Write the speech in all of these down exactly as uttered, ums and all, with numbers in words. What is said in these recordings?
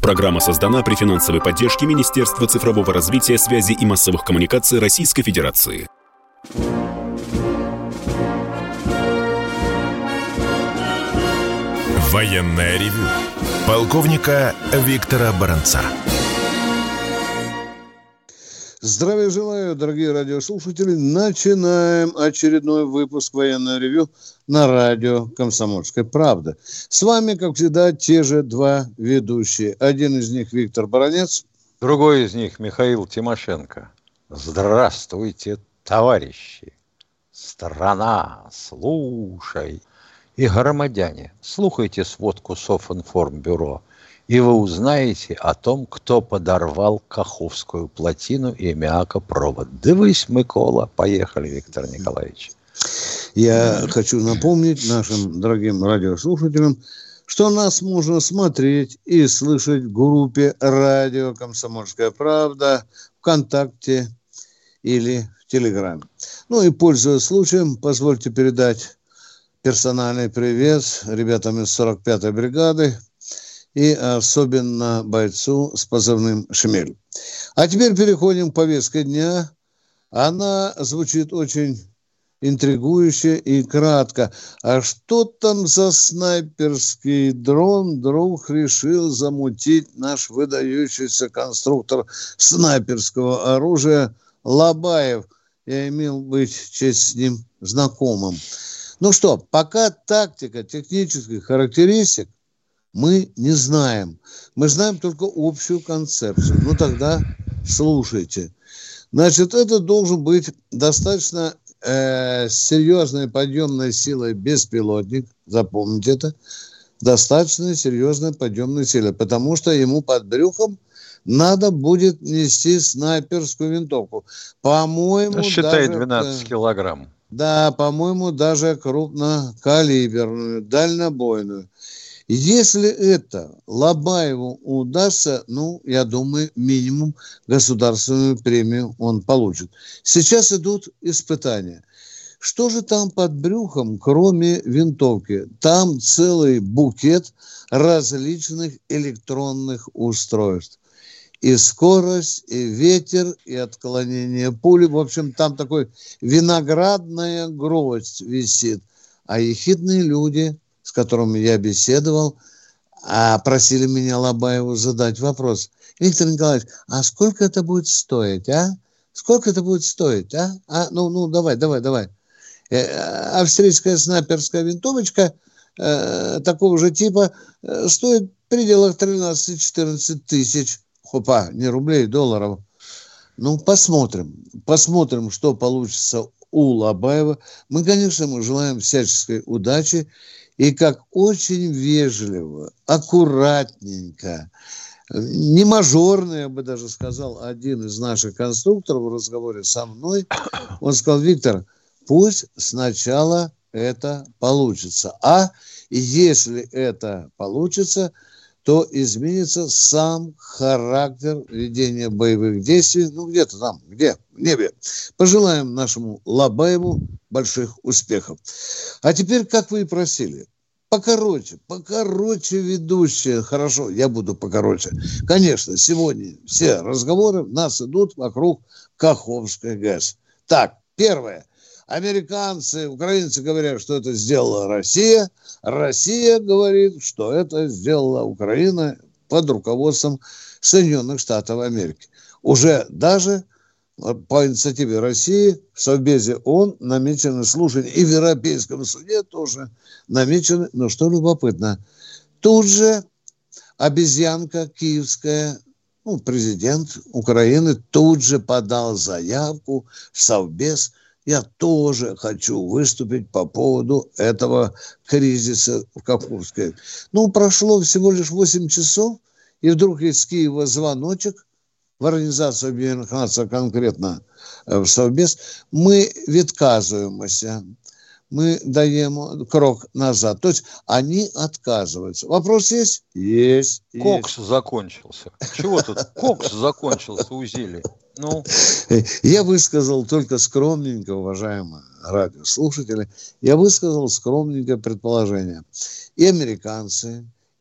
Программа создана при финансовой поддержке Министерства цифрового развития, связи и массовых коммуникаций Российской Федерации. Военное ревю полковника Виктора Баранца. Здравия желаю, дорогие радиослушатели. Начинаем очередной выпуск «Военное ревю» на радио «Комсомольская правда». С вами, как всегда, те же два ведущие. Один из них Виктор Баранец. Другой из них Михаил Тимошенко. Здравствуйте, товарищи! Страна, слушай! И громадяне, слухайте сводку Софинформбюро, и вы узнаете о том, кто подорвал Каховскую плотину и Мякопровод. Дивись, Микола. Поехали, Виктор Николаевич. Я хочу напомнить нашим дорогим радиослушателям, что нас можно смотреть и слышать в группе «Радио Комсомольская правда», ВКонтакте или в Телеграме. Ну и, пользуясь случаем, позвольте передать персональный привет ребятам из сорок пятой бригады и особенно бойцу с позывным «Шмель». А теперь переходим к повестке дня. Она звучит очень интригующе и кратко. А что там за снайперский дрон вдруг решил замутить наш выдающийся конструктор снайперского оружия Лобаев? Я имел быть честь с ним знакомым. Ну что, пока тактика технических характеристик мы не знаем. Мы знаем только общую концепцию. Ну тогда слушайте. Значит, это должен быть достаточно э, серьезной подъемной силой беспилотник. Запомните это. Достаточно серьезной подъемной силой. Потому что ему под брюхом надо будет нести снайперскую винтовку. По-моему, считай, даже, двенадцать килограмм. Да, по-моему, даже крупнокалиберную, дальнобойную. Если это Лобаеву удастся, ну, я думаю, минимум государственную премию он получит. Сейчас идут испытания. Что же там под брюхом, кроме винтовки? Там целый букет различных электронных устройств. И скорость, и ветер, и отклонение пули. В общем, там такой виноградная гроздь висит. А ехидные люди, с которыми я беседовал, а просили меня Лобаеву задать вопрос. Виктор Николаевич, а сколько это будет стоить, а? Сколько это будет стоить, а? а? Ну, ну, давай, давай, давай. Э, австрийская снайперская винтовочка э, такого же типа э, стоит в пределах тринадцать-четырнадцать тысяч. Хопа, не рублей, долларов. Ну, посмотрим. Посмотрим, что получится у Лобаева. Мы, конечно, мы желаем всяческой удачи. И как очень вежливо, аккуратненько, не мажорно, я бы даже сказал, один из наших конструкторов в разговоре со мной, он сказал: Виктор, пусть сначала это получится. А если это получится, то изменится сам характер ведения боевых действий. Ну, где-то там, где? В небе. Пожелаем нашему Лобаеву больших успехов. А теперь, как вы и просили, покороче, покороче ведущие. Хорошо, я буду покороче. Конечно, сегодня все разговоры у нас идут вокруг Каховской ГЭС. Так, первое. Американцы, украинцы говорят, что это сделала Россия. Россия говорит, что это сделала Украина под руководством Соединенных Штатов Америки. Уже даже по инициативе России в Совбезе ООН намечены слушания, и в Европейском суде тоже намечены. Но что любопытно, тут же обезьянка киевская, ну, президент Украины, тут же подал заявку в Совбез. Я тоже хочу выступить по поводу этого кризиса в Каховской. Ну, прошло всего лишь восемь часов, и вдруг из Киева звоночек в Организацию Объединенных Наций, конкретно в Совбез. Мы відказуємося, мы даем крок назад. То есть они отказываются. Вопрос есть? Есть. Кокс есть. закончился. Чего тут? Кокс закончился у Зили. Ну. Я высказал только скромненько, уважаемые радиослушатели, я высказал скромненькое предположение. И американцы,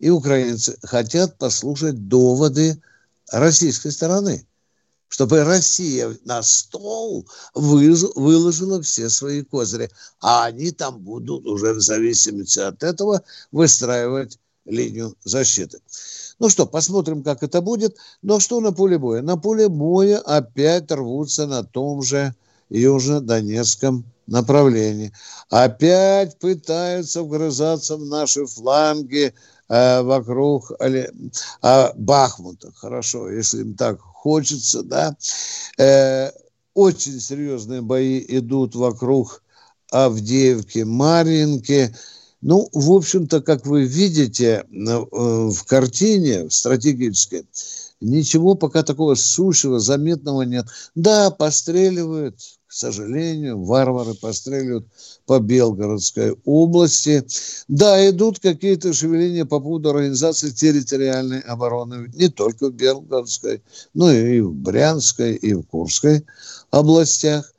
и украинцы хотят послушать доводы российской стороны, чтобы Россия на стол выложила все свои козыри, а они там будут уже в зависимости от этого выстраивать линию защиты. Ну что, посмотрим, как это будет. Но что на поле боя? На поле боя опять рвутся на том же южно-донецком направлении. Опять пытаются вгрызаться в наши фланги э, вокруг э, Бахмута. Хорошо, если им так хочется, да. Э, очень серьезные бои идут вокруг Авдеевки, Марьинки. Ну, в общем-то, как вы видите в картине, в стратегической, ничего пока такого сущего, заметного нет. Да, постреливают, к сожалению, варвары постреливают по Белгородской области. Да, идут какие-то шевеления по поводу организации территориальной обороны, не только в Белгородской, но и в Брянской, и в Курской областях.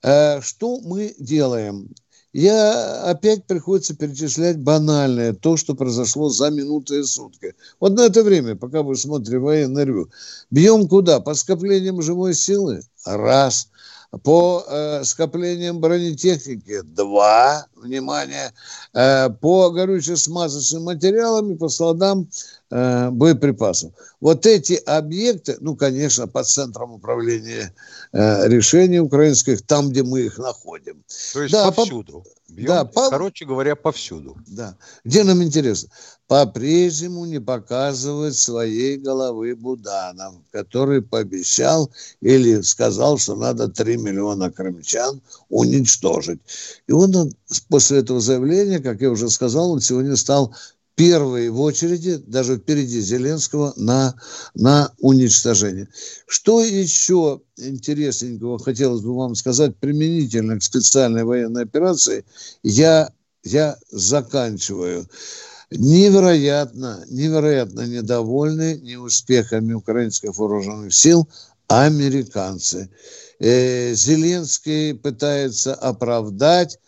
Что мы делаем? Я опять приходится перечислять банальное, то, что произошло за минуты и сутки. Вот на это время, пока вы смотрите военное ревю, бьем куда? По скоплениям живой силы? Раз. По э, скоплениям бронетехники? Два. Внимание. Э, по горюче-смазочным материалам и по складам э, боеприпасов. Вот эти объекты, ну, конечно, по центрам управления э, решений украинских, там, где мы их находим. То есть да, повсюду. По... Бьем, да, по... короче говоря, повсюду. Да. Где нам интересно? По-прежнему не показывает своей головы Буданов, который пообещал или сказал, что надо три миллиона крымчан уничтожить. И он после этого заявления, как я уже сказал, он сегодня стал первый в очереди, даже впереди Зеленского, на, на уничтожение. Что еще интересненького хотелось бы вам сказать применительно к специальной военной операции, я, я заканчиваю. Невероятно, невероятно недовольны неуспехами украинских вооруженных сил американцы. Э, Зеленский пытается оправдать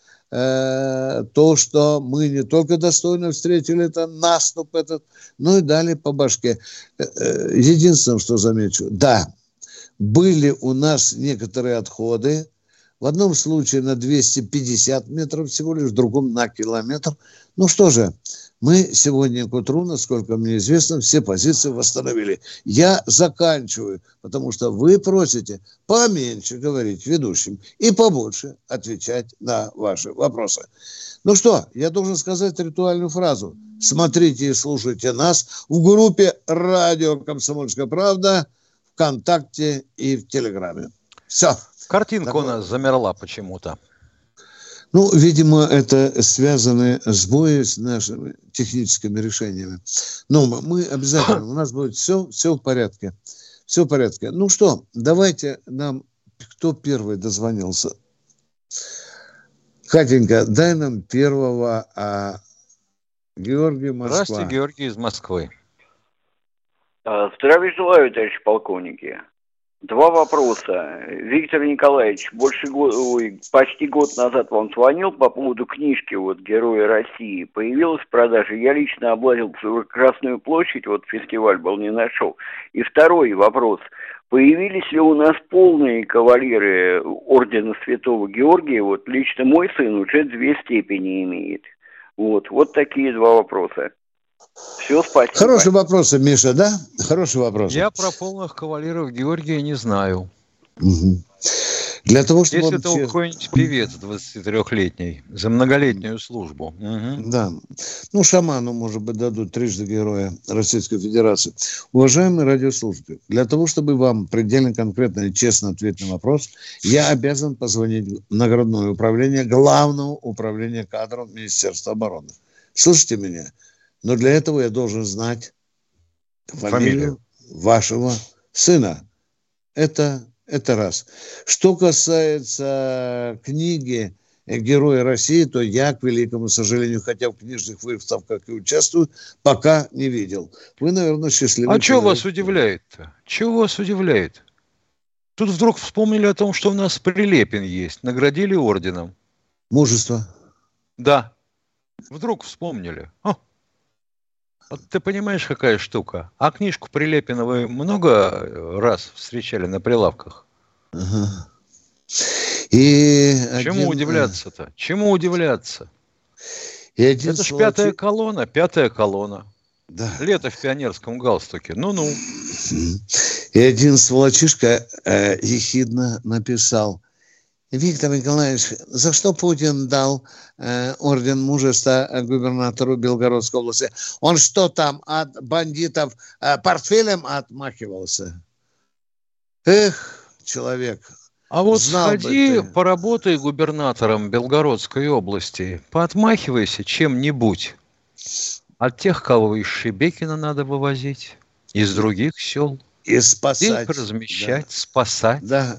э, то, что мы не только достойно встретили это наступ этот, но и дали по башке. Э, э, единственное, что замечу, да, были у нас некоторые отходы. В одном случае на двести пятьдесят метров всего лишь, в другом на километр. Ну что же, мы сегодня к утру, насколько мне известно, все позиции восстановили. Я заканчиваю, потому что вы просите поменьше говорить ведущим и побольше отвечать на ваши вопросы. Ну что, я должен сказать ритуальную фразу. Смотрите и слушайте нас в группе «Радио Комсомольская правда», ВКонтакте и в Телеграме. Все. Картинка Такое. у нас замерла почему-то. Ну, видимо, это связано сбои с нашими техническими решениями. Но мы обязательно, у нас будет все, все в порядке. Все в порядке. Ну что, давайте нам, кто первый дозвонился? Катенька, дай нам первого, а Георгий, Москва. Здравствуйте, Георгий из Москвы. Здравия желаю, товарищи полковники. Два вопроса. Виктор Николаевич, больше года, ой, почти год назад вам звонил по поводу книжки вот «Герои России». Появилась в продаже. Я лично облазил Красную площадь, вот фестиваль был, не нашел. И второй вопрос. Появились ли у нас полные кавалеры ордена Святого Георгия? Вот лично мой сын уже две степени имеет. Вот, вот такие два вопроса. Все, спасибо. Хороший вопрос, Миша, да? Хороший вопрос. Я про полных кавалеров Георгия не знаю. Угу. Для того, чтобы... Если это честно... какой-нибудь певец двадцатитрёхлетний за многолетнюю службу. Угу. Да. Ну, шаману, может быть, дадут трижды Героя Российской Федерации. Уважаемые радиослушатели, для того, чтобы вам предельно конкретно и честно ответить на вопрос, я обязан позвонить в наградное управление Главного управления кадров Министерства обороны. Слышите меня? Но для этого я должен знать фамилию, фамилию. вашего сына. Это, это раз. Что касается книги «Герои России», то я, к великому сожалению, хотя в книжных выставках и участвую, пока не видел. Вы, наверное, счастливы. А что вас удивляет-то? Чего вас удивляет? Тут вдруг вспомнили о том, что у нас Прилепин есть. Наградили орденом. Мужество. Да. Вдруг вспомнили. О. Вот ты понимаешь, какая штука? А книжку Прилепина вы много раз встречали на прилавках? Ага. И Чему один, удивляться-то? Чему удивляться? И один Это ж сволочи- пятая колонна, пятая колонна. Да. Лето в пионерском галстуке. Ну-ну. И один сволочишка э, ехидно написал: Виктор Николаевич, за что Путин дал э, орден мужества губернатору Белгородской области? Он что там, от бандитов э, портфелем отмахивался? Эх, человек. А вот Знал бы сходи, ты. поработай губернатором Белгородской области, поотмахивайся чем-нибудь. От тех, кого из Шебекина надо вывозить, из других сел. И спасать. Их размещать, да. Спасать. Да.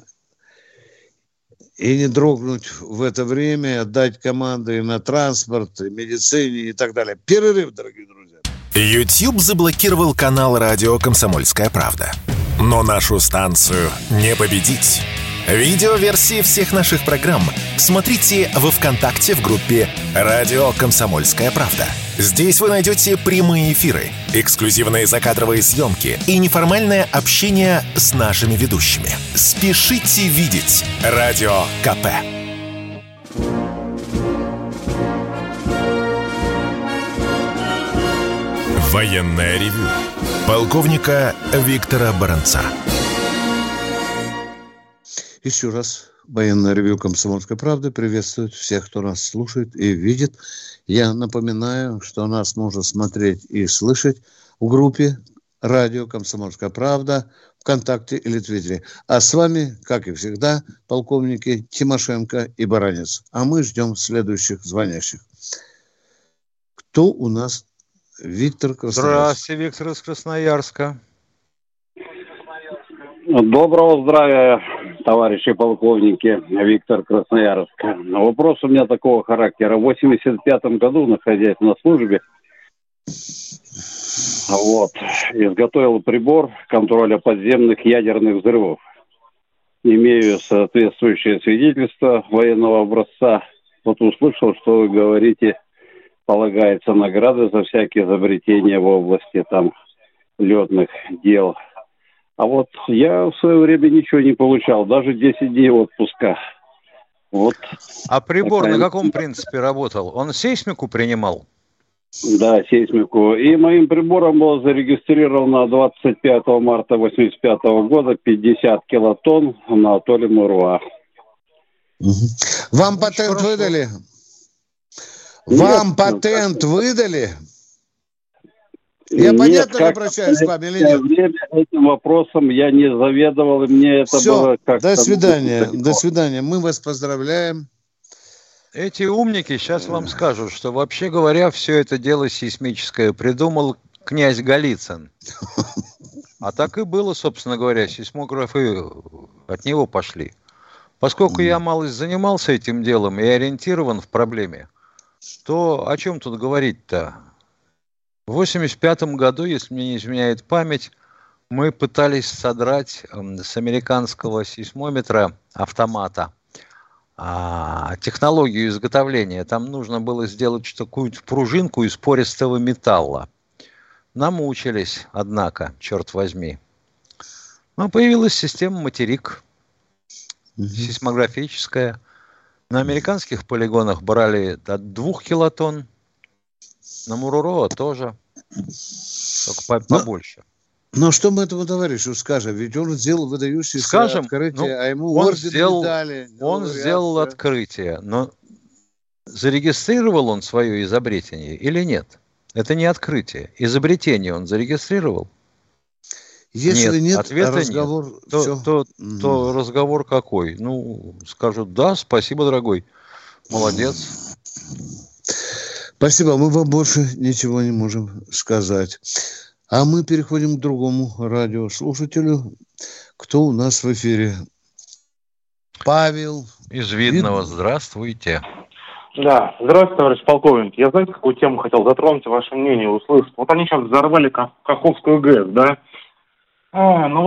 И не дрогнуть в это время, отдать команды на транспорт, медицине и так далее. Перерыв, дорогие друзья. YouTube заблокировал канал «Радио Комсомольская правда». Но нашу станцию не победить. Видеоверсии всех наших программ смотрите во ВКонтакте в группе «Радио Комсомольская правда». Здесь вы найдете прямые эфиры, эксклюзивные закадровые съемки и неформальное общение с нашими ведущими. Спешите видеть Радио КП. Военное ревю полковника Виктора Баранца. Еще раз военное ревью «Комсомольской правды» приветствует всех, кто нас слушает и видит. Я напоминаю, что нас можно смотреть и слышать в группе «Радио Комсомольская правда» ВКонтакте или Твиттере. А с вами, как и всегда, полковники Тимошенко и Баранец. А мы ждем следующих звонящих. Кто у нас? Виктор Красноярск. Здравствуйте, Виктор из Красноярска. Доброго здравия, товарищи полковники. Виктор Красноярск. Вопрос у меня такого характера. В восемьдесят пятом году, находясь на службе, вот, изготовил прибор контроля подземных ядерных взрывов. Имею соответствующее свидетельство военного образца. Вот услышал, что вы говорите, полагается награда за всякие изобретения в области там летных дел. А вот я в свое время ничего не получал, даже десять дней отпуска. Вот. А прибор такая... на каком принципе работал? Он сейсмику принимал? Да, сейсмику. И моим прибором было зарегистрировано двадцать пятого марта восемьдесят пятого года пятьдесят килотонн на атолле Муруа. Угу. Вам Ну, патент хорошо. выдали? Нет, Вам ну, патент как... выдали? Я нет, понятно как обращаюсь к вам или нет? Время этим вопросом я не заведовал, и мне это Все, было как-то... до свидания, далеко. до свидания. Мы вас поздравляем. Эти умники сейчас вам скажут, что вообще говоря, все это дело сейсмическое придумал князь Голицын. А так и было, собственно говоря, сейсмографы от него пошли. Поскольку я малость занимался этим делом и ориентирован в проблеме, то о чем тут говорить-то? В восемьдесят пятом году, если мне не изменяет память, мы пытались содрать с американского сейсмометра автомата а, технологию изготовления. Там нужно было сделать какую-то пружинку из пористого металла. Намучились, однако, черт возьми. Но появилась система «Материк», сейсмографическая. На американских полигонах брали от двух килотонн, на Муруроа тоже, только побольше. Но, но что мы этому товарищу скажем? Ведь он сделал выдающееся Скажем, открытие, ну, а ему он орден сделал, не дали. Он сделал открытие, но зарегистрировал он свое изобретение или нет? Это не открытие. Изобретение он зарегистрировал? Если нет, нет ответа разговор... нет. То, Все. то, то разговор какой? Ну, скажут, да, спасибо, дорогой, молодец. Спасибо, мы вам больше ничего не можем сказать. А мы переходим к другому радиослушателю. Кто у нас в эфире? Павел. Из Видного, здравствуйте. Да, здравствуйте, товарищ полковник. Я, знаете, какую тему хотел затронуть, ваше мнение услышать. Вот они сейчас взорвали Каховскую ГЭС, да? А, ну вот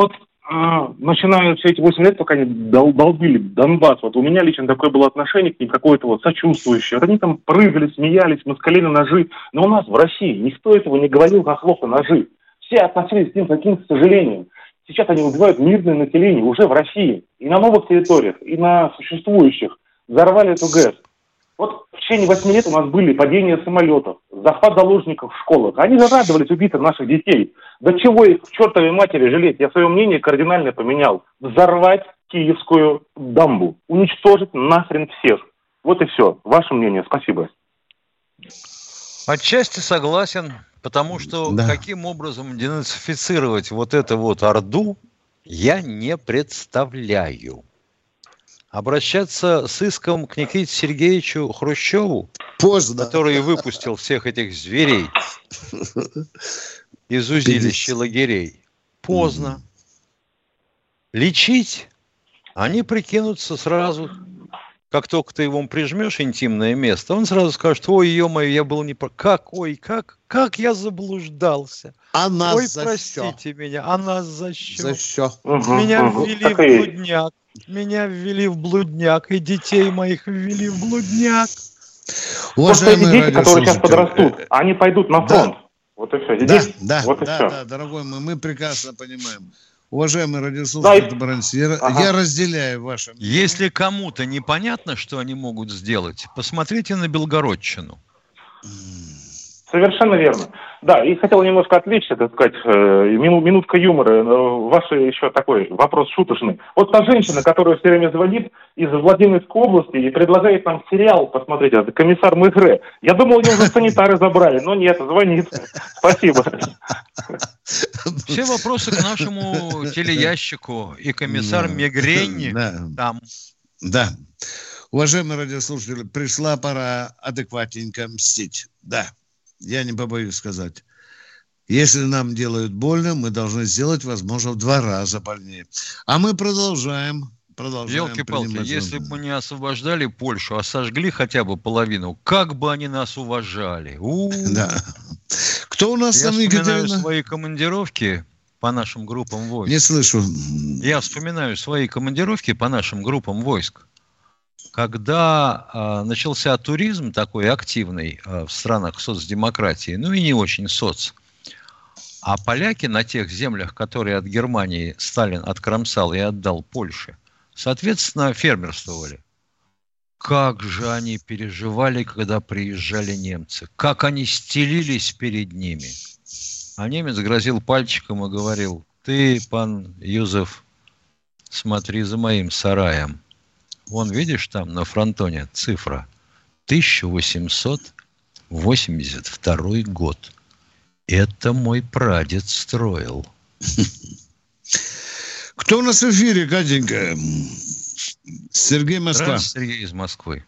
а, начиная все эти восемь лет, пока они дол- долбили Донбасс, вот у меня лично такое было отношение к ним, какое-то вот сочувствующее. Вот они там прыгали, смеялись, москали на ножи. Но у нас в России никто этого не говорил, как хлопа ножи. Все относились к ним с каким-то сожалением. Сейчас они убивают мирное население уже в России. И на новых территориях, и на существующих. Взорвали эту ГЭС. Вот в течение восьми лет у нас были падения самолетов, захват заложников в школах. Они зарадовались убитым наших детей. Да чего их к чертовой матери жалеть? Я свое мнение кардинально поменял. Взорвать Киевскую дамбу. Уничтожить нахрен всех. Вот и все. Ваше мнение. Спасибо. Отчасти согласен, потому что Да. каким образом денацифицировать вот эту вот орду, я не представляю. Обращаться с иском к Никите Сергеевичу Хрущеву, Поздно. который выпустил всех этих зверей из узилища лагерей, поздно. Лечить они прикинутся сразу. Как только ты его прижмешь интимное место, он сразу скажет: ой, ё-моё, я был не прав. Как, ой, как, как я заблуждался. А нас Ой, за простите что? меня, а нас за что? За что? Угу, Меня угу. ввели Так в и есть. блудняк. Меня ввели в блудняк, и детей моих ввели в блудняк. Просто эти Уважаемые дети, которые сейчас радиослушатели, подрастут, они пойдут на да. фронт. Вот и все. Эти Да, дети, да, вот и да, все. да, дорогой мой, мы прекрасно понимаем. Уважаемый радиослушатель, Да, и- Табаранец, я, Ага. я разделяю ваше мнение. Если кому-то непонятно, что они могут сделать, посмотрите на Белгородчину. Совершенно верно. Да, и хотел немножко отвлечься, так сказать, э, мину- минутка юмора. Э, Ваш еще такой вопрос шуточный. Вот та женщина, которая все время звонит из Владимирской области и предлагает нам сериал посмотреть, это «Комиссар Мегре». Я думал, ее уже санитары забрали, но нет, звонит. Спасибо. Все вопросы к нашему телеящику, и комиссар Да. Мегрень Да. там. Да. Уважаемые радиослушатели, пришла пора адекватненько мстить. Да, я не побоюсь сказать. Если нам делают больно, мы должны сделать, возможно, в два раза больнее. А мы продолжаем. Продолжаем Елки-палки, принимать если звонки. бы мы не освобождали Польшу, а сожгли хотя бы половину, как бы они нас уважали. У-у-у. Да. Кто у нас Я там, вспоминаю Екатерина? свои командировки по нашим группам войск. Не слышу. Я вспоминаю свои командировки по нашим группам войск. Когда э, начался туризм такой активный э, в странах соцдемократии, ну и не очень соц, а поляки на тех землях, которые от Германии Сталин откромсал и отдал Польше, соответственно, фермерствовали. Как же они переживали, когда приезжали немцы. Как они стелились перед ними. А немец грозил пальчиком и говорил: ты, пан Юзеф, смотри за моим сараем. Вон, видишь, там на фронтоне цифра тысяча восемьсот восемьдесят второй год. Это мой прадед строил. Кто у нас в эфире, Катенька? Сергей Москва. Здравствуйте, Сергей из Москвы.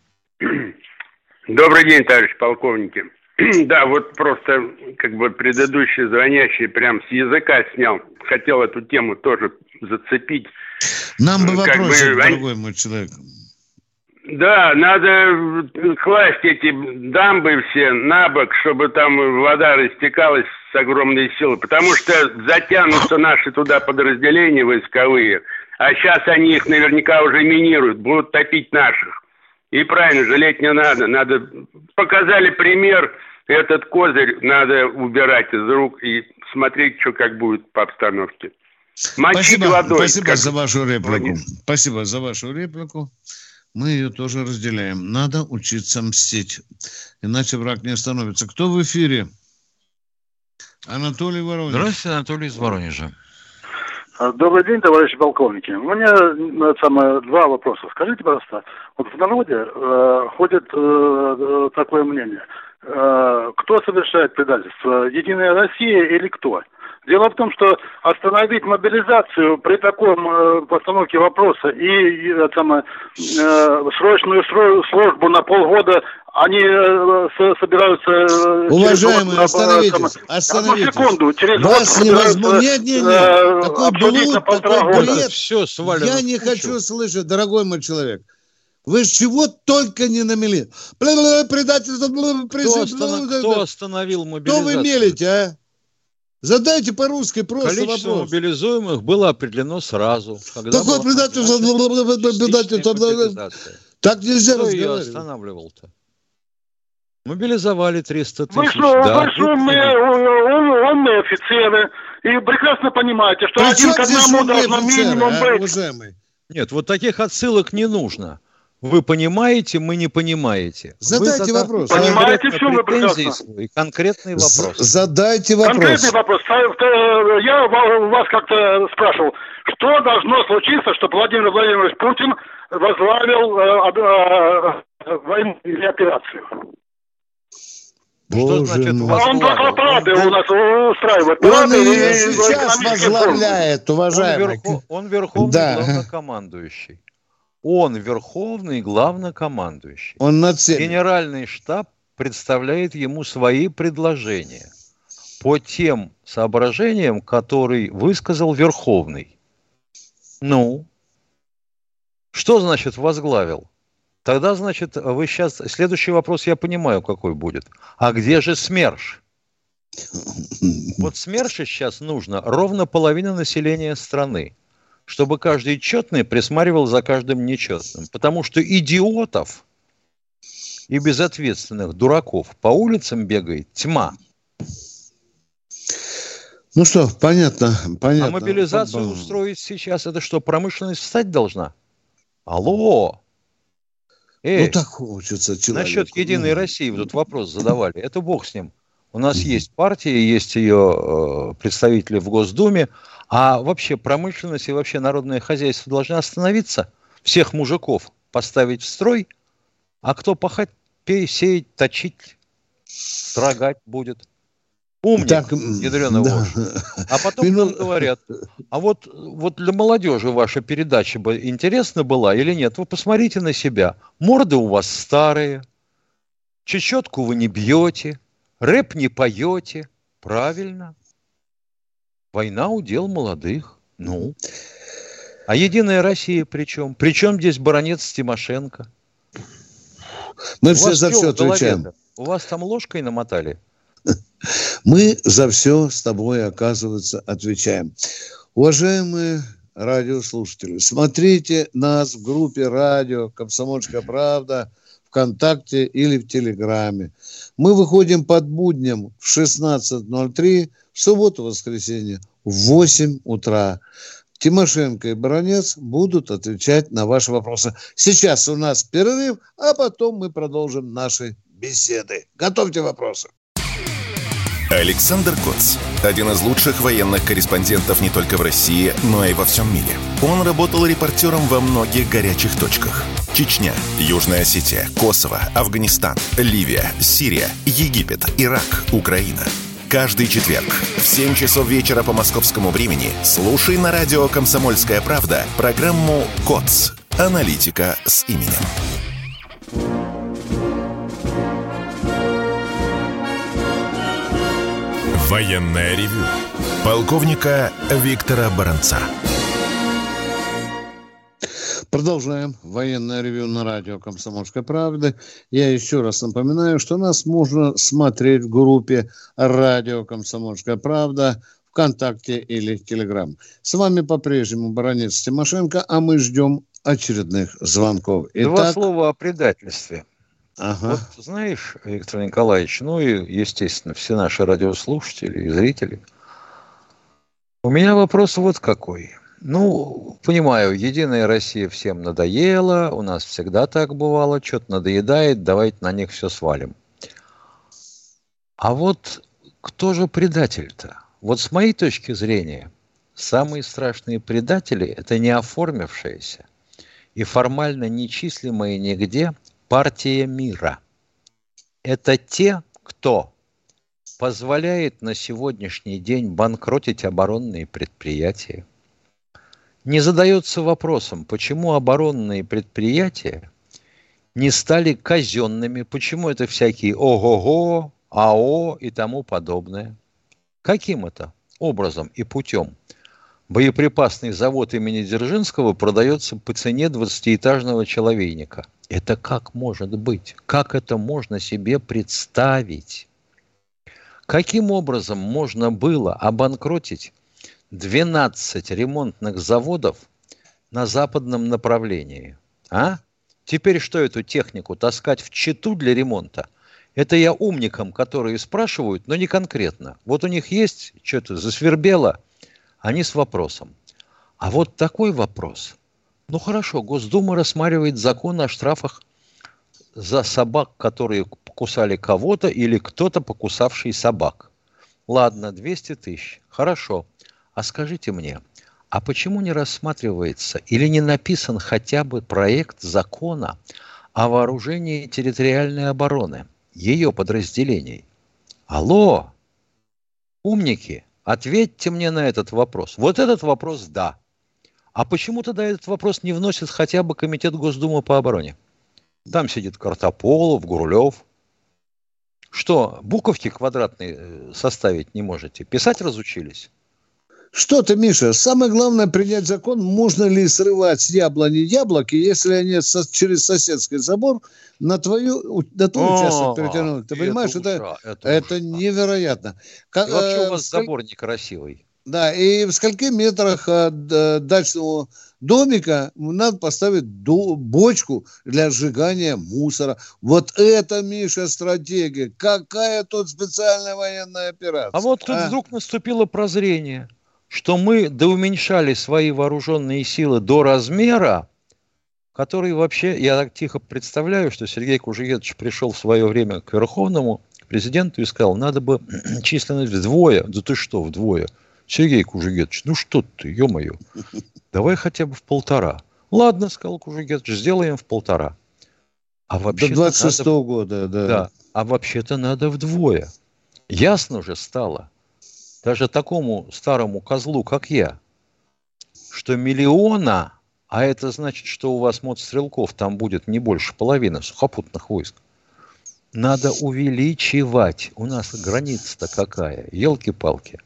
Добрый день, товарищ полковники. Да, вот просто как бы предыдущий звонящий прям с языка снял. Хотел эту тему тоже зацепить. Нам бы Как вопросик, бы, дорогой мой человек. Да, надо класть эти дамбы все на бок, чтобы там вода растекалась с огромной силой. Потому что затянутся наши туда подразделения войсковые. А сейчас они их наверняка уже минируют, будут топить наших. И правильно, жалеть не надо. Надо показали пример, этот козырь надо убирать из рук и смотреть, что как будет по обстановке. Мочить Спасибо, водой. спасибо как... за вашу реплику. Нет. Спасибо за вашу реплику. Мы ее тоже разделяем. Надо учиться мстить. Иначе враг не остановится. Кто в эфире? Анатолий Воронеж. Здравствуйте, Анатолий из Воронежа. Добрый день, товарищи полковники. У меня э, самое, два вопроса. Скажите, пожалуйста, вот в народе э, ходит э, такое мнение. Э, кто совершает предательство? Единая Россия или кто? Дело в том, что остановить мобилизацию при таком э, постановке вопроса и, и э, самое, э, срочную сро- службу на полгода они э, со- собираются... Э, Уважаемые, год, остановитесь, э, остановитесь. Одну секунду, через Вас год невозможно... собираются, Нет, нет, нет. э, Такой обсудить на блуд, полтора такой года. бред. Все свалено Я в не кучу. хочу слышать, дорогой мой человек. Вы ж чего только не намели. Предательство... Кто, останов... Кто остановил Что мобилизацию? вы мелите, а? Задайте по-русски просто Количество вопрос. мобилизуемых было определено сразу. Когда Так вот, была предательство, предательство, мобилизация. так нельзя Кто ее разговаривать. останавливал-то? Мобилизовали триста Вы тысяч. что, Да, вы что, умные, ум- умные офицеры, и прекрасно понимаете, что один к одному должно минимум а, быть. уважаемый? Нет, вот таких отсылок не нужно. Вы понимаете, мы не понимаете. Задайте вы вопрос. Понимаете, в чем вы претензии прекрасно? свои, конкретный вопрос. Задайте вопрос. Конкретный вопрос. Я у вас как-то спрашивал, что должно случиться, чтобы Владимир Владимирович Путин возглавил э, э, войну или операцию? Что значит мой. А он только возглавил? парады у нас устраивает. Он Парады ее и сейчас экономические возглавляет, Он, уважаемый. верхо- он верховный Да. главнокомандующий. Он верховный главнокомандующий. Он над всеми. Генеральный штаб представляет ему свои предложения по тем соображениям, которые высказал Верховный. Ну, что значит возглавил? Тогда, значит, вы сейчас... Следующий вопрос я понимаю, какой будет. А где же СМЕРШ? Вот СМЕРШу сейчас нужно ровно половина населения страны, чтобы каждый четный присматривал за каждым нечетным. Потому что идиотов и безответственных дураков по улицам бегает тьма. Ну что, понятно, понятно. А мобилизацию устроить сейчас, это что, промышленность встать должна? Алло! Эй, Ну так хочется человеку. насчет Единой Ну. России вы тут вопрос задавали. Это бог с ним. У нас есть партия, есть ее э, представители в Госдуме. А вообще промышленность и вообще народное хозяйство должны остановиться. Всех мужиков поставить в строй. А кто пахать, сеять, точить, строгать будет? Умник, Так, ядрёна да. вошь. А потом Мину- нам говорят, а вот, вот для молодежи ваша передача бы интересна была или нет? Вы посмотрите на себя. Морды у вас старые, чечетку вы не бьете, рэп не поете. Правильно. Война удел молодых. Ну. А Единая Россия при чем? При чем здесь баронец Тимошенко? Мы У все вас за чё все в голове-то? отвечаем. У вас там ложкой намотали? Мы за все с тобой, оказывается, отвечаем. Уважаемые радиослушатели, смотрите нас в группе радио «Комсомольская правда», ВКонтакте или в Телеграме. Мы выходим под буднем в шестнадцать ноль три, в субботу-воскресенье в восемь утра. Тимошенко и Баранец будут отвечать на ваши вопросы. Сейчас у нас перерыв, а потом мы продолжим наши беседы. Готовьте вопросы. Александр Коц. Один из лучших военных корреспондентов не только в России, но и во всем мире. Он работал репортером во многих горячих точках. Чечня, Южная Осетия, Косово, Афганистан, Ливия, Сирия, Египет, Ирак, Украина. Каждый четверг в семь часов вечера по московскому времени слушай на радио «Комсомольская правда» программу «КОЦ. Аналитика с именем». Военное ревю полковника Виктора Баранца. Продолжаем военное ревью на радио «Комсомольская правда». Я еще раз напоминаю, что нас можно смотреть в группе радио «Комсомольская правда» ВКонтакте или Телеграм. С вами по-прежнему баронец Тимошенко, а мы ждем очередных звонков. Итак... Два слова о предательстве. Ага. Вот знаешь, Виктор Николаевич, ну и, естественно, все наши радиослушатели и зрители. У меня вопрос вот какой. Ну, понимаю, Единая Россия всем надоела, у нас всегда так бывало, что-то надоедает, давайте на них все свалим. А вот кто же предатель-то? Вот с моей точки зрения, самые страшные предатели – это не оформившиеся и формально нечислимые нигде партия мира. Это те, кто позволяет на сегодняшний день банкротить оборонные предприятия. Не задается вопросом, почему оборонные предприятия не стали казенными, почему это всякие ОГОГО, АО и тому подобное. Каким это образом и путем? Боеприпасный завод имени Дзержинского продается по цене двадцатиэтажного человейника. Это как может быть? Как это можно себе представить? Каким образом можно было обанкротить двенадцать ремонтных заводов на западном направлении? А? Теперь что, эту технику таскать в Читу для ремонта? Это я умникам, которые спрашивают, но не конкретно. Вот у них есть, что-то засвербело, они с вопросом. А вот такой вопрос. Ну хорошо, Госдума рассматривает закон о штрафах за собак, которые покусали кого-то или кто-то покусавший собак. Ладно, двести тысяч. Хорошо. А скажите мне, а почему не рассматривается или не написан хотя бы проект закона о вооружении территориальной обороны, ее подразделений? Алло, умники, ответьте мне на этот вопрос. Вот этот вопрос – да. А почему тогда этот вопрос не вносит хотя бы Комитет Госдумы по обороне? Там сидит Картополов, Гурулев. Что, буковки квадратные составить не можете? Писать разучились? Что ты, Миша, самое главное принять закон, можно ли срывать с яблони яблоки, если они со, через соседский забор на, твою, на твой О, участок перетянули. Ты понимаешь, это, это, это, это невероятно. Как, и вообще у вас э, сколь... забор некрасивый. Да, и в скольких метрах от э, дачного домика надо поставить до, бочку для сжигания мусора. Вот это, Миша, стратегия. Какая тут специальная военная операция? А вот тут а? вдруг наступило прозрение, что мы доуменьшали свои вооруженные силы до размера, который вообще, я так тихо представляю, что Сергей Кужугетович пришел в свое время к Верховному, к президенту и сказал, надо бы численность вдвое. Да ты что, вдвое? Сергей Кужугетович, ну что ты, ё-моё, давай хотя бы в полтора. Ладно, сказал Кужугетович, сделаем в полтора. А вообще-то до двадцать шестого года, да. Да. А вообще-то надо вдвое. Ясно же стало, даже такому старому козлу, как я, что миллиона, а это значит, что у вас мотострелков там будет не больше половины сухопутных войск, надо увеличивать. У нас граница-то какая, елки-палки.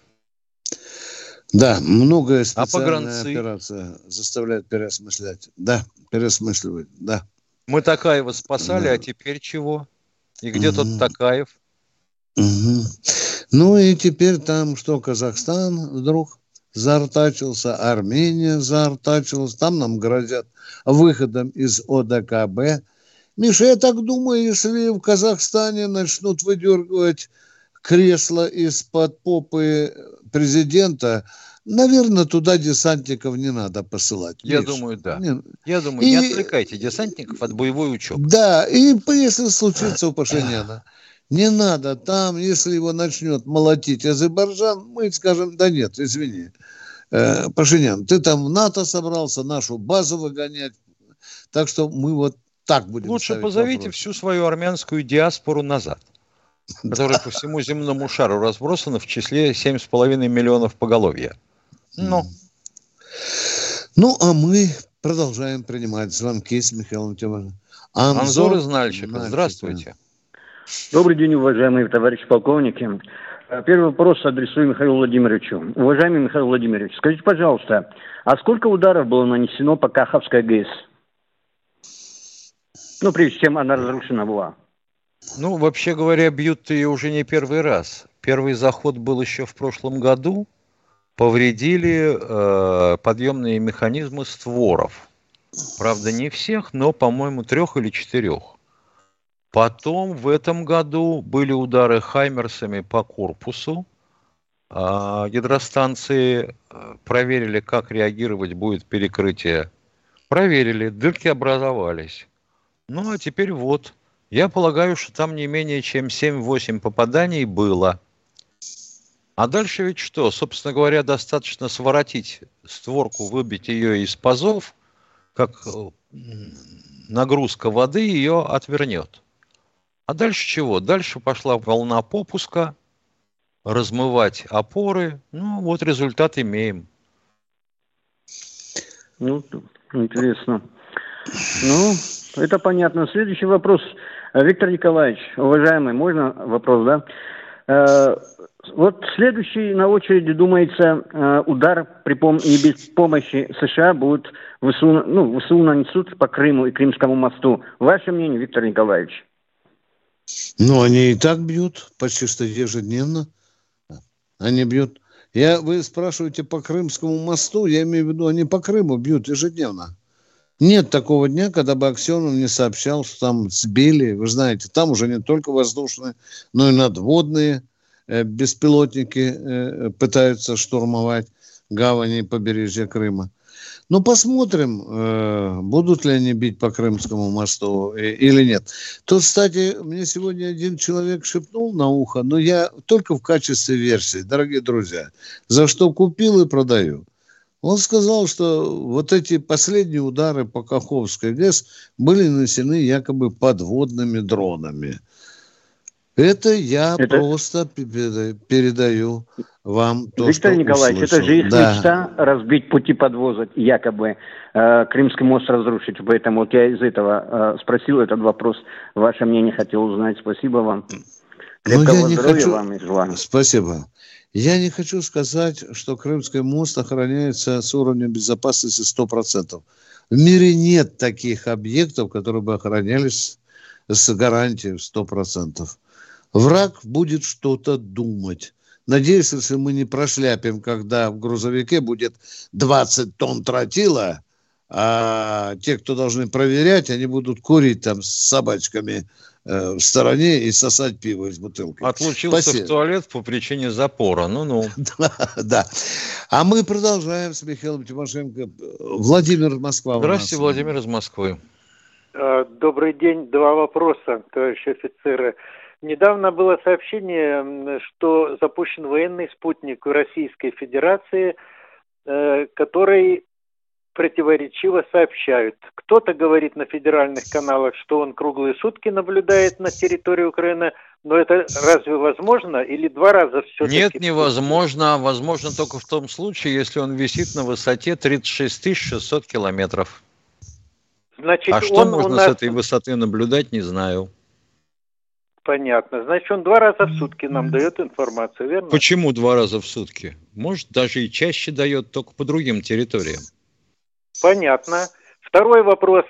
Да, многое специальная а операция заставляет переосмыслять. Да, переосмысливать, да. Мы Токаева спасали, да. А теперь чего? И где угу. тот Токаев? Угу. Ну и теперь там что, Казахстан вдруг заортачился, Армения заортачилась, там нам грозят выходом из О Д К Б. Миша, я так думаю, если в Казахстане начнут выдергивать кресло из-под попы президента, наверное, туда десантников не надо посылать. Я Миш. думаю, да. Не... Я думаю, и... не отвлекайте десантников от боевой учебы. Да, и если случится у Пашиняна, не надо там, если его начнет молотить Азербайджан, мы скажем, да нет, извини, э, Пашинян, ты там в НАТО собрался нашу базу выгонять, так что мы вот так будем Лучше позовите вопрос. Всю свою армянскую диаспору назад, которая по всему земному шару разбросана в числе семь с половиной миллионов поголовья. Ну. ну, а мы продолжаем принимать звонки с Михаилом Тимошенко. Анзор, Анзор из Нальчика. Нальчика. Здравствуйте. Добрый день, уважаемые товарищи полковники. Первый вопрос адресую Михаилу Владимировичу. Уважаемый Михаил Владимирович, скажите, пожалуйста, а сколько ударов было нанесено по Каховской ГЭС? Ну, прежде чем она разрушена была. Ну, вообще говоря, бьют ее уже не первый раз. Первый заход был еще в прошлом году. Повредили э, подъемные механизмы створов. Правда, не всех, но, по-моему, трех или четырех. Потом в этом году были удары хаймерсами по корпусу э, гидростанции. Проверили, как реагировать будет перекрытие. Проверили, дырки образовались. Ну, а теперь вот. Я полагаю, что там не менее чем семь-восемь попаданий было. А дальше ведь что? Собственно говоря, достаточно своротить створку, выбить ее из пазов, как нагрузка воды ее отвернет. А дальше чего? Дальше пошла волна попуска, размывать опоры. Ну, вот результат имеем. Ну, интересно. Ну, это понятно. Следующий вопрос. Виктор Николаевич, уважаемый, можно вопрос, да? Э, вот следующий на очереди, думается, э, удар при пом- не без помощи США будет ВСУ, ну, ВСУ нанесут по Крыму и Крымскому мосту. Ваше мнение, Виктор Николаевич? Ну, они и так бьют, почти что ежедневно. Они бьют. Я, вы спрашиваете по Крымскому мосту, я имею в виду, они по Крыму бьют ежедневно. Нет такого дня, когда бы Аксенов не сообщал, что там сбили. Вы знаете, там уже не только воздушные, но и надводные э, беспилотники э, пытаются штурмовать гавани и побережье Крыма. Ну, посмотрим, э, будут ли они бить по Крымскому мосту э, или нет. Тут, кстати, мне сегодня один человек шепнул на ухо, но я только в качестве версии, дорогие друзья, за что купил и продаю. Он сказал, что вот эти последние удары по Каховской ГЭС были нанесены якобы подводными дронами. Это я это... просто передаю вам то, Виктор что Николаевич, услышал. Это же их да. мечта разбить пути подвоза, якобы э, Крымский мост разрушить. Поэтому вот я из этого э, спросил этот вопрос. Ваше мнение хотел узнать. Спасибо вам. Крепкого я не здоровья хочу... вам и желаю. Спасибо. Я не хочу сказать, что Крымский мост охраняется с уровнем безопасности сто процентов. В мире нет таких объектов, которые бы охранялись с гарантией сто процентов. Враг будет что-то думать. Надеюсь, если мы не прошляпим, когда в грузовике будет двадцать тонн тротила, а те, кто должны проверять, они будут курить там с собачками э, в стороне и сосать пиво из бутылки. Отлучился Спасибо. В туалет по причине запора. Ну-ну. да, да. А мы продолжаем с Михаилом Тимошенко. Владимир, Москва. Здравствуйте, Владимир из Москвы. Добрый день. Два вопроса, товарищи офицеры. Недавно было сообщение, что запущен военный спутник Российской Федерации, который противоречиво сообщают. Кто-то говорит на федеральных каналах, что он круглые сутки наблюдает на территории Украины, но это разве возможно? Или два раза все-таки? Нет, невозможно. Возможно только в том случае, если он висит на высоте тридцать шесть тысяч шестьсот километров. Значит, а что он можно у нас... с этой высоты наблюдать, не знаю. Понятно. Значит, он два раза в сутки нам дает информацию, верно? Почему два раза в сутки? Может, даже и чаще дает, только по другим территориям. Понятно. Второй вопрос.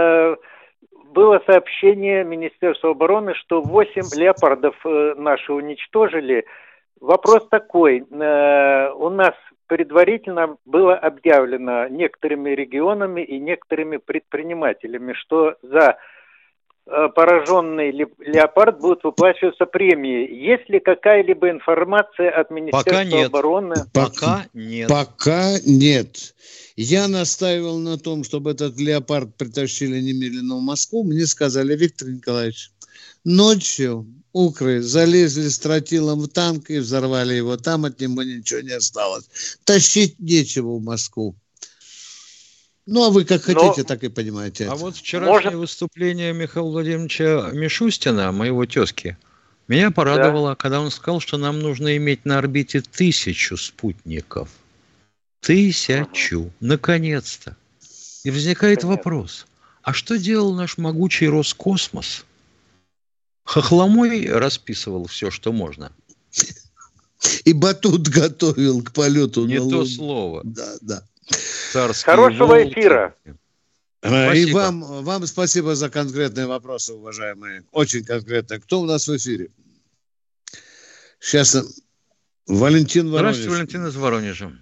Было сообщение Министерства обороны, что восемь леопардов наши уничтожили. Вопрос такой. У нас предварительно было объявлено некоторыми регионами и некоторыми предпринимателями, что за пораженный леопард будут выплачиваться премии. Есть ли какая-либо информация от Министерства Пока нет. обороны? Пока нет. Пока нет. Я настаивал на том, чтобы этот леопард притащили немедленно в Москву. Мне сказали: Виктор Николаевич, ночью укры залезли с тротилом в танк и взорвали его. Там от него ничего не осталось. Тащить нечего в Москву. Ну, а вы как хотите, Но... так и понимаете. А вот вчерашнее Может... выступление Михаила Владимировича Мишустина, моего тезки, меня порадовало, да. когда он сказал, что нам нужно иметь на орбите тысячу спутников. Тысячу. Ага. Наконец-то. И возникает Понятно. вопрос. А что делал наш могучий Роскосмос? Хохломой расписывал все, что можно. И батут готовил к полету. Не то слово. Да, да. Царские Хорошего волки. Эфира. Спасибо. И вам, вам спасибо за конкретные вопросы, уважаемые. Очень конкретные. Кто у нас в эфире? Сейчас Валентин Воронеж. Здравствуйте, Валентин из Воронежа.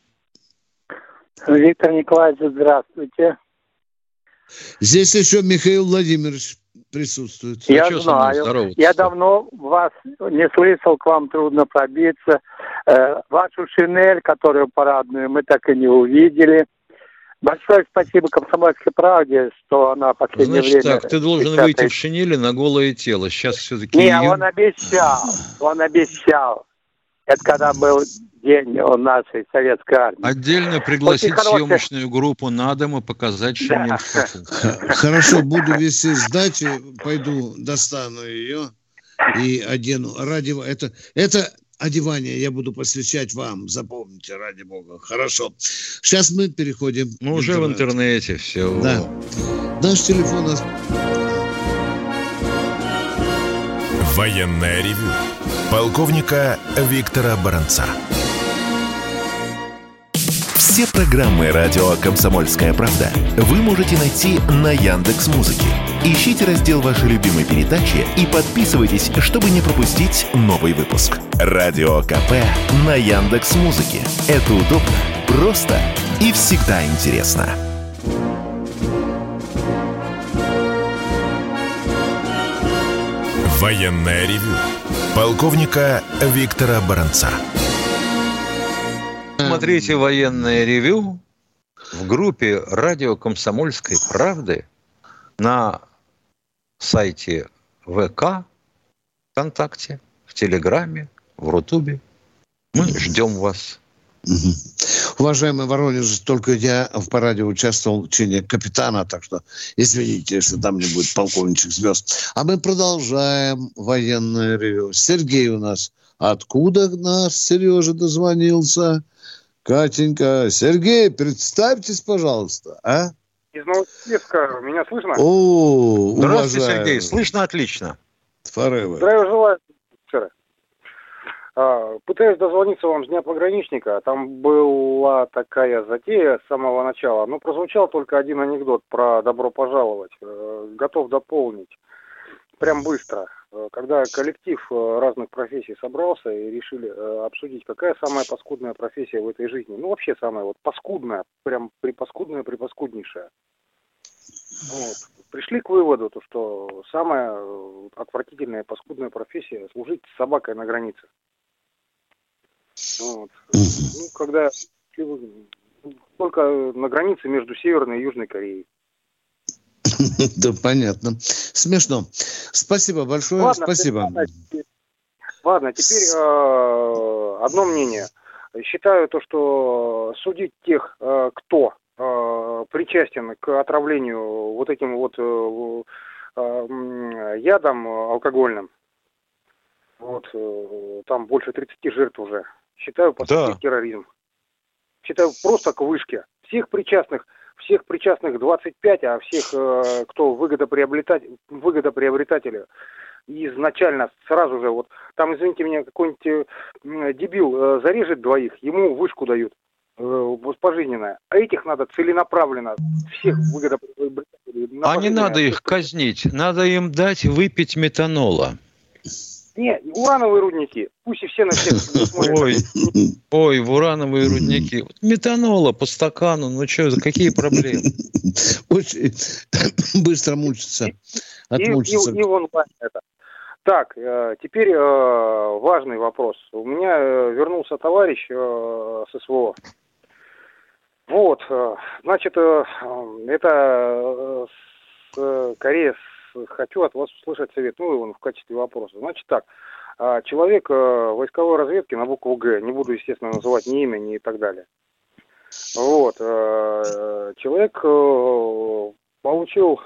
Виктор Николаевич, здравствуйте. Здесь еще Михаил Владимирович присутствует. Я а знаю. Я давно вас не слышал, к вам трудно пробиться. Э, вашу шинель, которую парадную, мы так и не увидели. Большое спасибо «Комсомольской правде», что она в последнее Значит, время... так, ты должен печатает... выйти в шинели на голое тело. Сейчас все-таки... Не, июнь... он обещал. Он обещал. Это когда был день у нашей советской армии. Отдельно пригласить хорошая... съемочную группу на дом и показать шинель. Да. Хорошо, буду вести сдачу, пойду достану ее и одену. Ради это, это одевание я буду посвящать вам, запомните, ради бога. Хорошо. Сейчас мы переходим. Мы уже интернет. в интернете все. Да. Наш телефон... Военное ревю полковника Виктора Баранца. Все программы радио «Комсомольская правда» вы можете найти на Яндекс.Музыке. Ищите раздел вашей любимой передачи и подписывайтесь, чтобы не пропустить новый выпуск. Радио КП на Яндекс.Музыке. Это удобно, просто и всегда интересно. Военное ревю полковника Виктора Баранца. Смотрите военное ревю в группе радио «Комсомольской правды» на сайте ВК, ВКонтакте, в Телеграме, в Рутубе. Мы ждем вас. Угу. Уважаемый Воронеж, только я в параде участвовал в чине капитана, так что извините, если там не будет полковничек звезд. А мы продолжаем военное ревю. Сергей у нас. Откуда наш Сережа дозвонился? Катенька. Сергей, представьтесь, пожалуйста, а? Из Новосибирска. Меня слышно? О, здравствуйте, уважаемый. Сергей. Слышно отлично. Forever. Здравия желаю, офицеры. А, пытаюсь дозвониться вам с Дня пограничника. Там была такая затея с самого начала. Ну, прозвучал только один анекдот про «добро пожаловать». Готов дополнить. Прям быстро. Когда коллектив разных профессий собрался и решили обсудить, какая самая паскудная профессия в этой жизни. Ну, вообще самая вот паскудная, прям припаскудная, припаскуднейшая. Вот. Пришли к выводу, то, что самая отвратительная, паскудная профессия – служить с собакой на границе. Вот. Ну, когда только на границе между Северной и Южной Кореей. Да, понятно. Смешно. Спасибо большое. Ладно, Спасибо. Ладно, теперь, ладно, теперь э, одно мнение. Считаю то, что судить тех, э, кто э, причастен к отравлению вот этим вот э, э, ядом алкогольным, вот, э, там больше тридцати жертв уже, считаю, по сути, да. терроризм. Считаю, просто к вышке. Всех причастных Всех причастных двадцать пять, а всех, э, кто выгодоприобретатель, выгодоприобретатели, изначально сразу же, вот там, извините меня, какой-нибудь э, дебил э, зарежет двоих, ему вышку дают э, пожизненное. А этих надо целенаправленно, всех выгодоприобретателей. А не надо их казнить, надо им дать выпить метанола. Нет, урановые рудники, пусть и все на всех смотрят. Ой, ой, в урановые рудники. Метанола по стакану, ну что, какие проблемы? Очень быстро мучиться. Отмучиться. И, и, и вон это. Так, э, теперь э, важный вопрос. У меня э, вернулся товарищ э, с СВО. Вот, э, значит, э, это э, с э, Корея, хочу от вас услышать совет, ну, его в качестве вопроса. Значит так, человек войсковой разведки на букву Г, не буду, естественно, называть ни имя, ни и так далее. Вот, человек получил,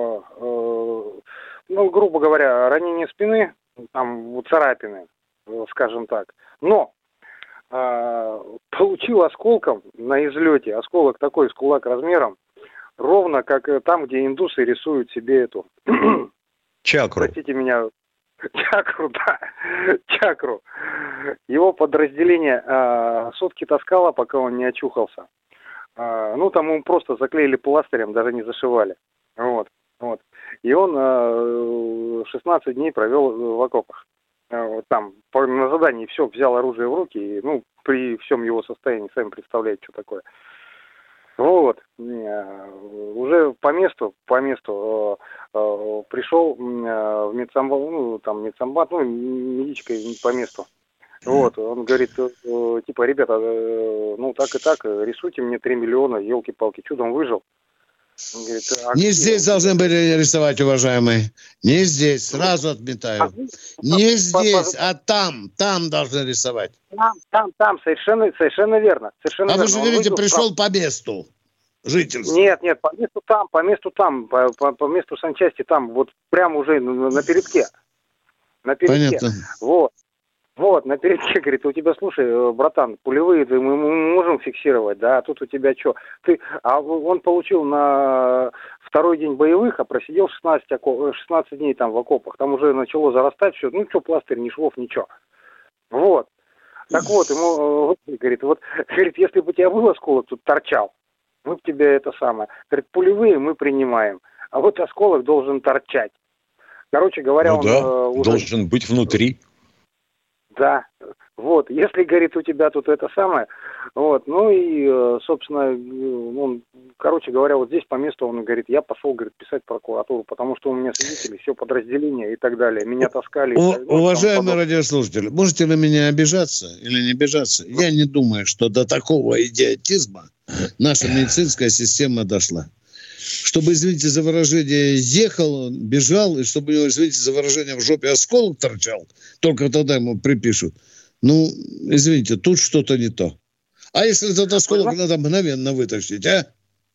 ну, грубо говоря, ранение спины, там, царапины, скажем так, но получил осколком на излете, осколок такой с кулак размером, ровно как там, где индусы рисуют себе эту... Чакру. Простите меня. Чакру, да. Чакру. Его подразделение э, сутки таскало, пока он не очухался. Э, ну, там ему просто заклеили пластырем, даже не зашивали. Вот. Вот. И он э, шестнадцать дней провел в окопах. Э, вот там по, на задании все, взял оружие в руки. И, ну, при всем его состоянии, сами представляете, что такое. Вот, уже по месту, по месту э, э, пришел э, в медсамбат, ну, там, медсамбат, ну, медичка по месту. Вот, он говорит, э, типа, ребята, э, ну, так и так, рисуйте мне три миллиона, елки-палки, чудом выжил. Он говорит, а не здесь должны были рисовать, уважаемые, не здесь, сразу отметаю. А, не здесь, а там, там должны рисовать. Там, там, там, совершенно, совершенно верно. Совершенно а верно. Вы же говорите, пришел по месту жительства. Нет, нет, по месту там, по месту там, по, по, по месту санчасти там, вот прямо уже на, на передке. На передке. Понятно. Вот. Вот, на передке, говорит, у тебя, слушай, братан, пулевые мы можем фиксировать, да, а тут у тебя что? Ты, а он получил на второй день боевых, а просидел шестнадцать, окоп, шестнадцать дней там в окопах, там уже начало зарастать все, ну что, пластырь, ни швов, ничего. Вот. Так вот, ему говорит, вот, говорит, если бы у тебя был осколок тут торчал, мы бы тебе это самое. Говорит, пулевые мы принимаем, а вот осколок должен торчать. Короче говоря, ну, он да, э, уже... должен быть внутри. Да, вот, если, говорит, у тебя тут это самое, вот, ну и, собственно, он, короче говоря, вот здесь по месту он говорит, я пошел, говорит, писать в прокуратуру, потому что у меня свидетели, все подразделения и так далее, меня таскали. О, ну, уважаемые радиослушатели, можете на меня обижаться или не обижаться? Я не думаю, что до такого идиотизма наша медицинская система дошла. Чтобы, извините за выражение, ехал, бежал, и чтобы у него, извините за выражение, в жопе осколок торчал, только тогда ему припишут. Ну, извините, тут что-то не то. А если этот осколок надо мгновенно вытащить, а?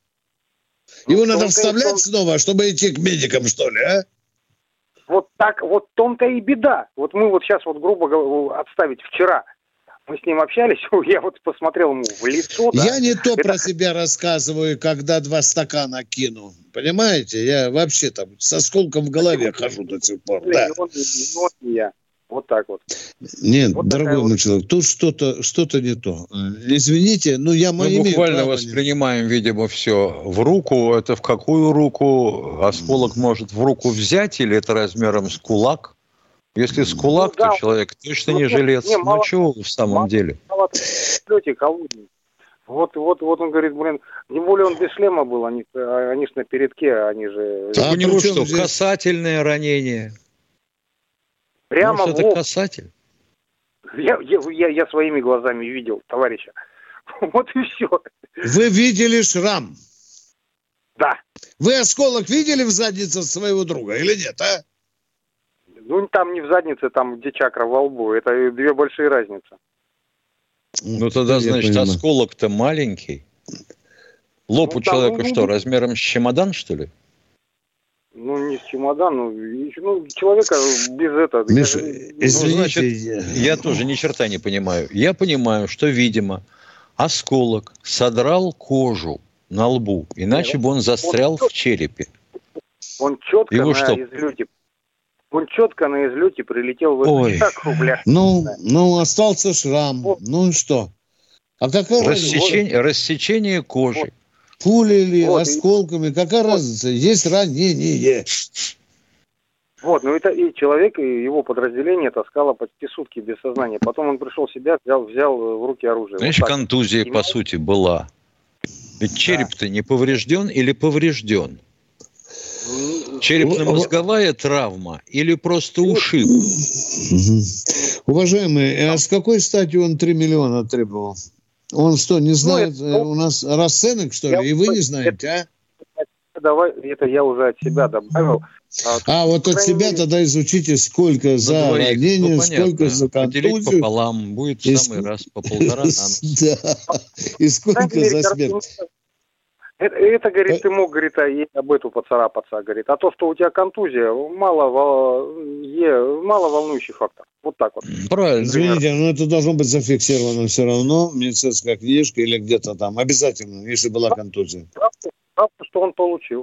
Его ну, надо вставлять снова, чтобы идти к медикам, что ли, а? Вот так, вот в том-то и беда. Вот мы вот сейчас, вот грубо говоря, отставить вчера, мы с ним общались, я вот посмотрел ему в лицо. Да? Я не то это... про себя рассказываю, когда два стакана кину. Понимаете? Я вообще там с осколком в голове хожу до сих пор. Да. Он, он, я. Вот так вот. Нет, вот дорогой мой вот... человек, тут что-то, что-то не то. Извините, но я Мы буквально воспринимаем, не... видимо, все в руку. Это в какую руку? Осколок может в руку взять или это размером с кулак? Если с кулак, ну, да. то человек точно ну, не жилец. Не, мало, ну, чего в самом мало, деле? Летик, холодный. Вот, вот, вот он говорит, блин, тем более он без шлема был, они, они ж на передке, они же... А у него что, здесь... касательное ранение? Прямо Может, это касатель? Я, я, я, я своими глазами видел, товарища. Вот и все. Вы видели шрам? Да. Вы осколок видели в заднице своего друга или нет, а? Ну, там не в заднице, там, где чакра во лбу. Это две большие разницы. Ну, тогда, я значит, понимаю. Осколок-то маленький. Лоб ну, у человека там, что, размером с чемодан, что ли? Ну, не с чемодан, ну, ну человека без этого... Миша, я, извините, ну, значит, я... я тоже ни черта не понимаю. Я понимаю, что, видимо, осколок содрал кожу на лбу, иначе Нет, бы он застрял он в черепе. Он четко Его на что? излете... Он четко на излете прилетел в эту чакру, бля. Ну, ну, остался шрам. Вот. Ну и что? А какая Рассечение, вот. Рассечение кожи. Вот. Пули или вот. Осколками. Какая вот. Разница? Есть ранение. Вот, ну это и человек, и его подразделение таскало почти сутки без сознания. Потом он пришел в себя, взял, взял в руки оружие. Значит, вот контузия, и... по сути, была. Ведь да. череп-то не поврежден или поврежден? Черепно-мозговая травма или просто ушиб? Уважаемый, а с какой стати он три миллиона требовал? Он что, не знает, ну, это, у нас расценок, что ли, и вы не знаете, это, а? Давай, это я уже от себя добавил. А, а вот от себя мере... тогда изучите, сколько за двоих, ранение, ну, сколько за контузию. Поделить пополам, будет в самый раз по полтора на нос. Да, и сколько за смерть. Это, это, говорит, ты мог, говорит, об эту поцарапаться, говорит. А то, что у тебя контузия, мало, е, мало волнующий фактор. Вот так вот. Правильно. Извините, но это должно быть зафиксировано все равно, медицинская книжка или где-то там. Обязательно, если была контузия. Правда, правда, что он получил.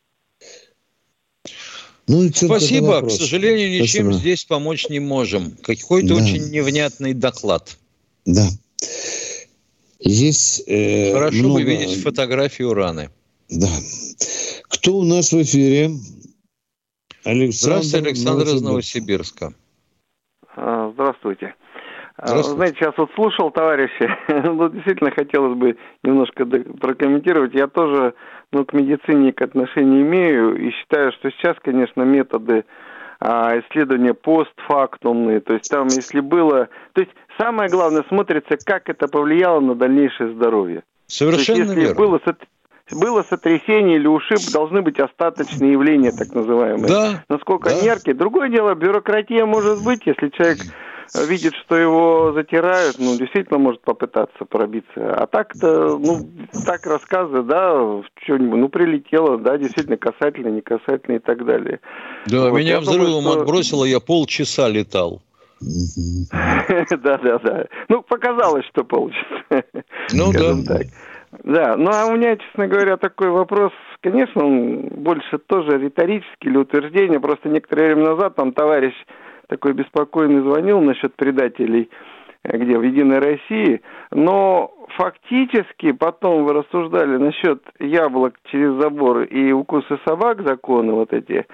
Ну, спасибо, к сожалению, ничем Спасибо. Здесь помочь не можем. Какой-то да. Очень невнятный доклад. Да. Есть, э, Хорошо много... бы видеть фотографию раны. Да. Кто у нас в эфире? Александр. Здравствуйте, Александр из Новосибирска. Здравствуйте. Здравствуйте. Знаете, сейчас вот слушал товарища, ну, действительно хотелось бы немножко прокомментировать. Я тоже ну, к медицине к отношению имею и считаю, что сейчас, конечно, методы исследования постфактумные, то есть там, если было... То есть самое главное смотрится, как это повлияло на дальнейшее здоровье. Совершенно есть, если верно. Было, было сотрясение или ушиб, должны быть остаточные явления, так называемые. Да. Насколько да. яркие. Другое дело, бюрократия может быть, если человек видит, что его затирают, ну, действительно может попытаться пробиться. А так-то, ну, так рассказы, да, что-нибудь, ну, прилетело, да, действительно, касательно, не касательно и так далее. Да, вот, меня взрывом думаю, что... отбросило, я полчаса летал. Да-да-да. Ну, показалось, что получится. Ну, да. Так. Да, ну, а у меня, честно говоря, такой вопрос, конечно, он больше тоже риторический или утверждение, просто некоторое время назад там товарищ такой беспокойный звонил насчет предателей где в «Единой России», но фактически потом вы рассуждали насчет яблок через забор и укусы собак, законы вот эти,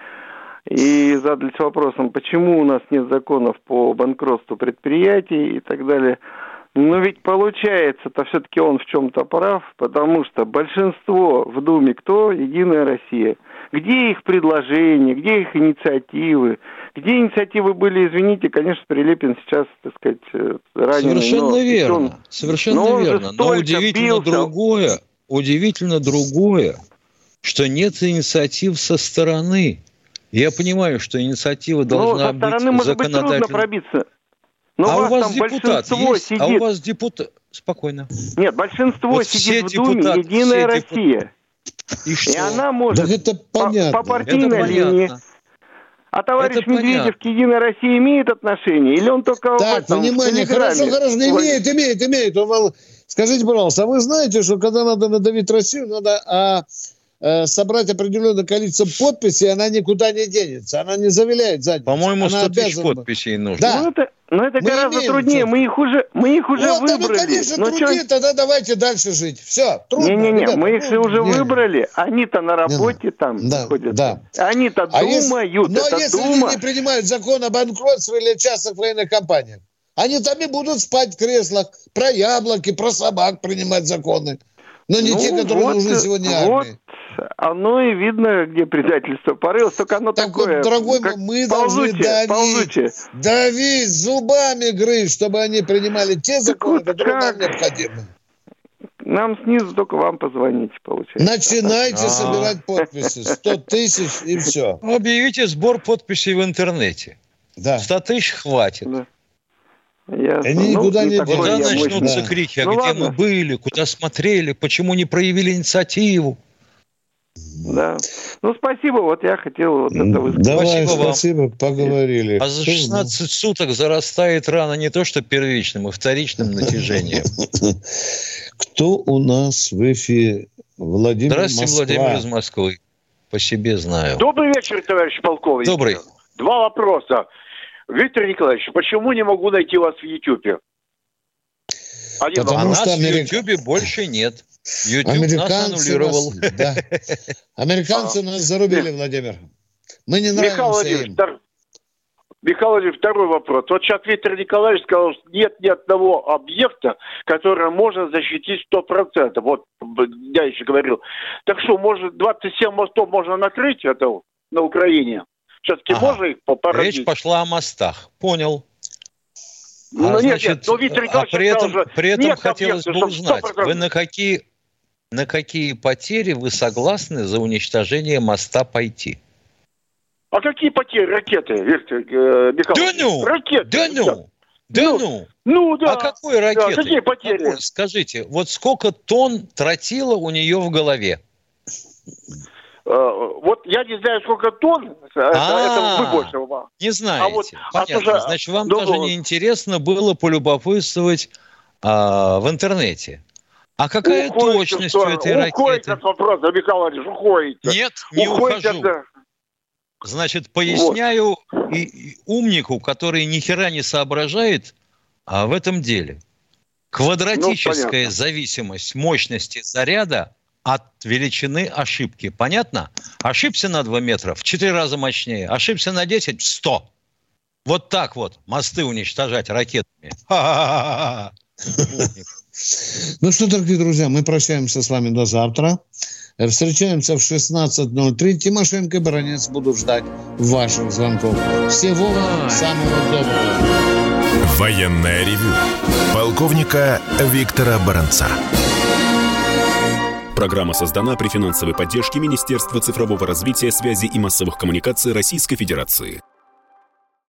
и задались вопросом, почему у нас нет законов по банкротству предприятий и так далее. Но ведь получается-то все-таки он в чем-то прав, потому что большинство в Думе кто? «Единая Россия». Где их предложения, где их инициативы? Где инициативы были, извините, конечно, Прилепин сейчас, так сказать, раненый. Совершенно но верно, он, совершенно но верно. Но удивительно бился. другое, удивительно другое, что нет инициатив со стороны. Я понимаю, что инициатива должна быть законодательной. Со стороны, может быть, трудно пробиться. Но а у вас, вас там депутат есть? Сидит. А у вас депутат... Спокойно. Нет, большинство вот сидит в Думе, депутаты, «Единая Россия». Депут... И, что? И она может да это понятно. по, по партийной это линии. Понятно. А товарищ это Медведев понятно. к «Единой России» имеет отношение? Или он только так, в этом, внимание, в хорошо, хорошо, имеет, имеет, имеет. Он, скажите, пожалуйста, а вы знаете, что когда надо надавить Россию, надо а, а, собрать определенное количество подписей, она никуда не денется, она не завиляет задницу. По-моему, сто тысяч обязана... подписей нужно. Да. Ну, это, но это мы гораздо имеем, труднее, мы их уже, мы их уже вот, выбрали. Ну, конечно, но труднее, что... тогда давайте дальше жить. Все, трудно. Не-не-не, ребята, мы их же уже не, выбрали, они-то на работе не, там да, ходят. Да. Они-то а думают, если, это но если дума. они не принимают закон о банкротстве или частных военных компаниях, они там и будут спать в креслах, про яблоки, про собак принимать законы. Но не ну, те, которые вот, нужны сегодня вот. армии. Оно и видно, где предательство порылось, только оно так такое, вот, дорогой как мы ползучее, должны давить, ползучее. давить, зубами грызть, чтобы они принимали те законы, вот которые как? нам необходимы. Нам снизу только вам позвонить, получается. Начинайте А-а-а. собирать подписи. сто тысяч и все. Объявите сбор подписей в интернете. Да. сто тысяч хватит. Да. Ясно. Они никуда ну, не Вот тогда начнутся да. крики, а ну, где ладно. мы были, куда смотрели, почему не проявили инициативу. Да. Ну, спасибо, вот я хотел вот это высказать. Давай, Спасибо вам. спасибо, поговорили. А за шестнадцать суток зарастает рана не то что первичным, а вторичным натяжением. Кто у нас в эфире? Владимир, Здравствуйте, Москва. Владимир из Москвы. По себе знаю. Добрый вечер, товарищ полковник. Добрый. Два вопроса. Виктор Николаевич, почему не могу найти вас в Ютьюбе? Один А вопрос. нас в Америка... Ютьюбе больше нет. Ютьюб нас Американцы аннулировал. нас, да. Американцы нас зарубили, Владимир. Мы не нравимся Михаил им. Втор... Михаил Владимирович, второй вопрос. Вот сейчас Виктор Николаевич сказал, что нет ни одного объекта, который можно защитить сто процентов. Вот я еще говорил. Так что, может, двадцать семь мостов можно накрыть это на Украине? Все-таки Ага. можно их поразить? Речь пошла о мостах. Понял. Ну, а, нет, значит, нет, но Виктор а Николаевич при этом, сказал, при этом нет хотелось объекта, бы чтобы узнать, сто процентов. вы на какие, на какие потери вы согласны за уничтожение моста пойти? А какие потери ракеты, Виктор э, Михайлович? Да ну! Ракеты. Да ну! Да ну! ну! Ну, да. А какой ракеты? Да, какие потери? Какой? Скажите, вот сколько тонн тротила у нее в голове? Вот я не знаю, сколько тонн, это вы больше. Не знаете. А вот, Понятно. а Значит, вам ну, даже ну, не интересно было полюбопытствовать а, в интернете. А какая уходите, точность у этой ракеты? Уходите от вопроса, Михаил Владимирович, уходите. Нет, не уходите ухожу. От... Значит, поясняю вот. и, и умнику, который ни хера не соображает а, в этом деле. Квадратическая ну, зависимость мощности заряда от величины ошибки. Понятно? Ошибся на два метра, в четыре раза мощнее. Ошибся на десять, в сто. Вот так вот мосты уничтожать ракетами. Ха-ха-ха-ха. Ну что, дорогие друзья, мы прощаемся с вами до завтра. Встречаемся в шестнадцать ноль три. Тимошенко и Баранец будут ждать ваших звонков. Всего вам самого доброго. Военное ревю полковника Виктора Баранца. Программа создана при финансовой поддержке Министерства цифрового развития, связи и массовых коммуникаций Российской Федерации.